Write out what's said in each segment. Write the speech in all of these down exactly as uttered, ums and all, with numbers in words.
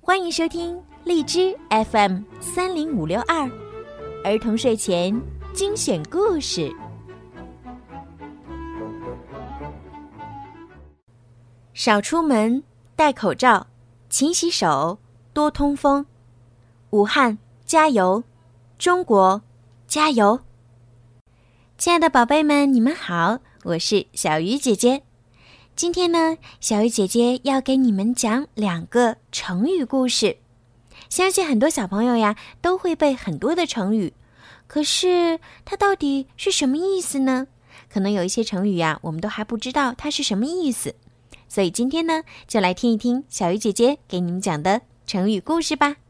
欢迎收听荔枝 F M 三零五六二儿童睡前精选故事。少出门，戴口罩，勤洗手，多通风。武汉加油，中国加油！亲爱的宝贝们，你们好，我是小鱼姐姐。今天呢，小鱼姐姐要给你们讲两个成语故事。相信很多小朋友呀都会背很多的成语，可是它到底是什么意思呢？可能有一些成语呀，我们都还不知道它是什么意思。所以今天呢，就来听一听小鱼姐姐给你们讲的成语故事吧。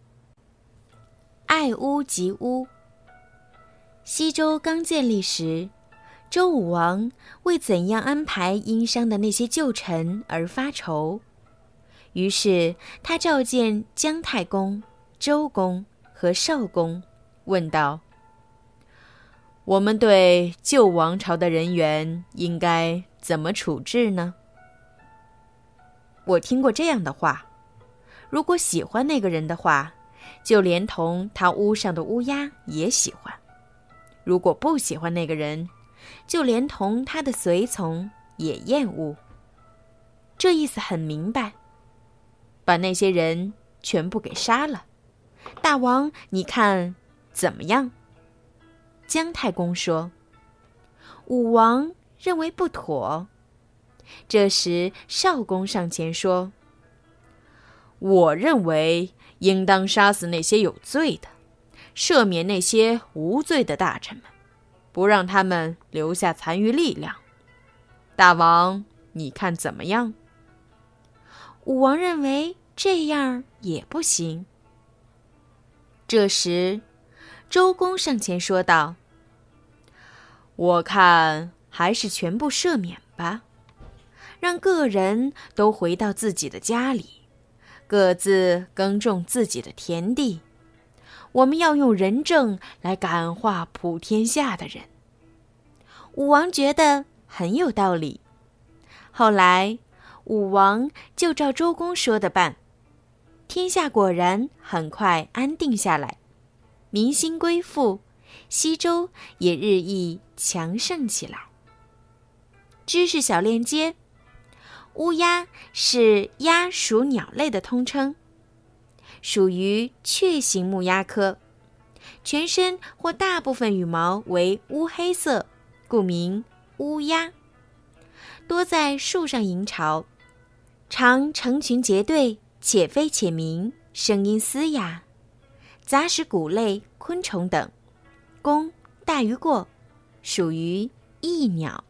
爱屋及乌。西周刚建立时，周武王为怎样安排殷商的那些旧臣而发愁，于是他召见姜太公、周公和少公，问道：我们对旧王朝的人员应该怎么处置呢？我听过这样的话，如果喜欢那个人的话，就连同他屋上的乌鸦也喜欢；如果不喜欢那个人，就连同他的随从也厌恶。这意思很明白，把那些人全部给杀了。大王，你看怎么样？姜太公说。武王认为不妥。这时少公上前说：我认为应当杀死那些有罪的，赦免那些无罪的大臣们，不让他们留下残余力量。大王，你看怎么样？武王认为这样也不行。这时周公上前说道：我看还是全部赦免吧，让个人都回到自己的家里，各自耕种自己的田地。我们要用仁政来感化普天下的人。武王觉得很有道理。后来武王就照周公说的办，天下果然很快安定下来，民心归附，西周也日益强盛起来。知识小链接：乌鸦是鸦属鸟类的通称，属于雀形目鸦科，全身或大部分羽毛为乌黑色，故名乌鸦。多在树上营巢，常成群结队，且飞且鸣，声音嘶哑。杂食谷类、昆虫等，弓大于过，属于翼鸟。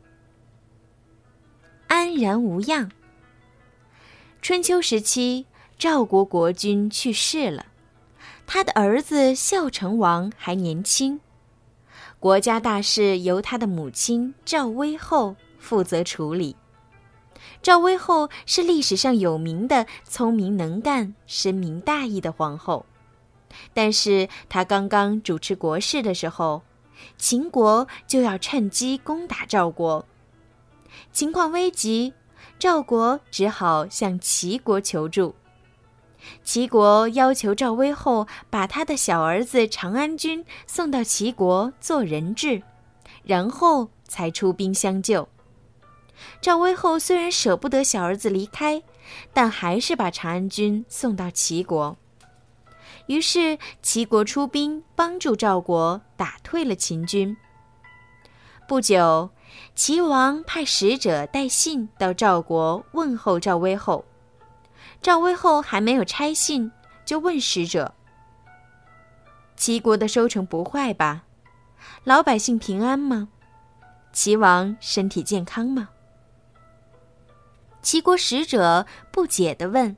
安然无恙。春秋时期，赵国国君去世了，他的儿子孝成王还年轻，国家大事由他的母亲赵威后负责处理。赵威后是历史上有名的聪明能干、深明大义的皇后，但是她刚刚主持国事的时候，秦国就要趁机攻打赵国。情况危急，赵国只好向齐国求助。齐国要求赵威后把他的小儿子长安君送到齐国做人质，然后才出兵相救。赵威后虽然舍不得小儿子离开，但还是把长安君送到齐国。于是齐国出兵帮助赵国打退了秦军。不久，齐王派使者带信到赵国问候赵威后。赵威后还没有拆信，就问使者：齐国的收成不坏吧？老百姓平安吗？齐王身体健康吗？齐国使者不解地问：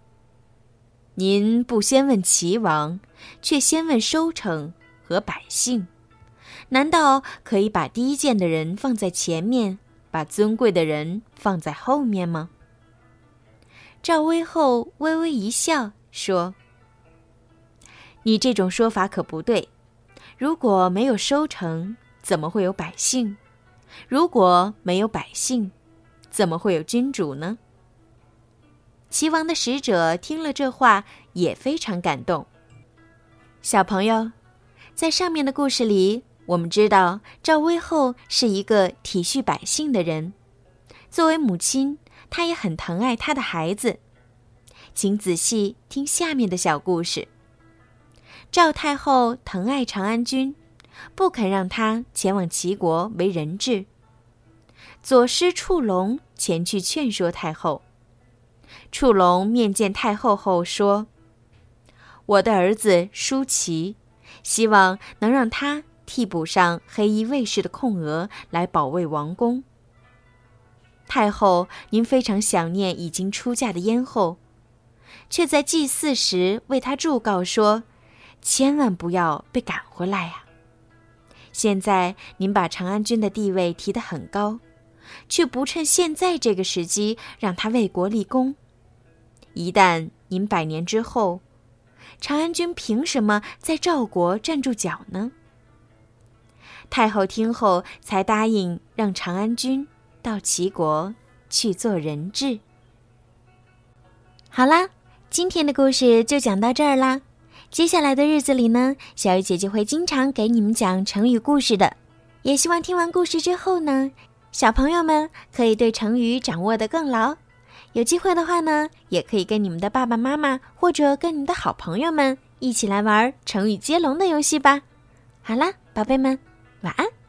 您不先问齐王，却先问收成和百姓，难道可以把低贱的人放在前面，把尊贵的人放在后面吗？赵威后微微一笑，说：你这种说法可不对，如果没有收成，怎么会有百姓？如果没有百姓，怎么会有君主呢？ 齐王的使者听了这话，也非常感动。小朋友，在上面的故事里，我们知道赵威后是一个体恤百姓的人，作为母亲，她也很疼爱她的孩子。请仔细听下面的小故事。赵太后疼爱长安君，不肯让他前往齐国为人质。左师触龙前去劝说太后。触龙面见太后后说：我的儿子舒淇，希望能让他替补上黑衣卫士的空额，来保卫王宫。太后，您非常想念已经出嫁的燕后，却在祭祀时为他祝告说，千万不要被赶回来呀、啊。现在您把长安君的地位提得很高，却不趁现在这个时机让他为国立功。一旦您百年之后，长安君凭什么在赵国站住脚呢？太后听后才答应让长安君到齐国去做人质。好啦，今天的故事就讲到这儿啦。接下来的日子里呢，小鱼姐姐会经常给你们讲成语故事的。也希望听完故事之后呢，小朋友们可以对成语掌握得更牢。有机会的话呢，也可以跟你们的爸爸妈妈或者跟你们的好朋友们一起来玩成语接龙的游戏吧。好啦，宝贝们，晚安。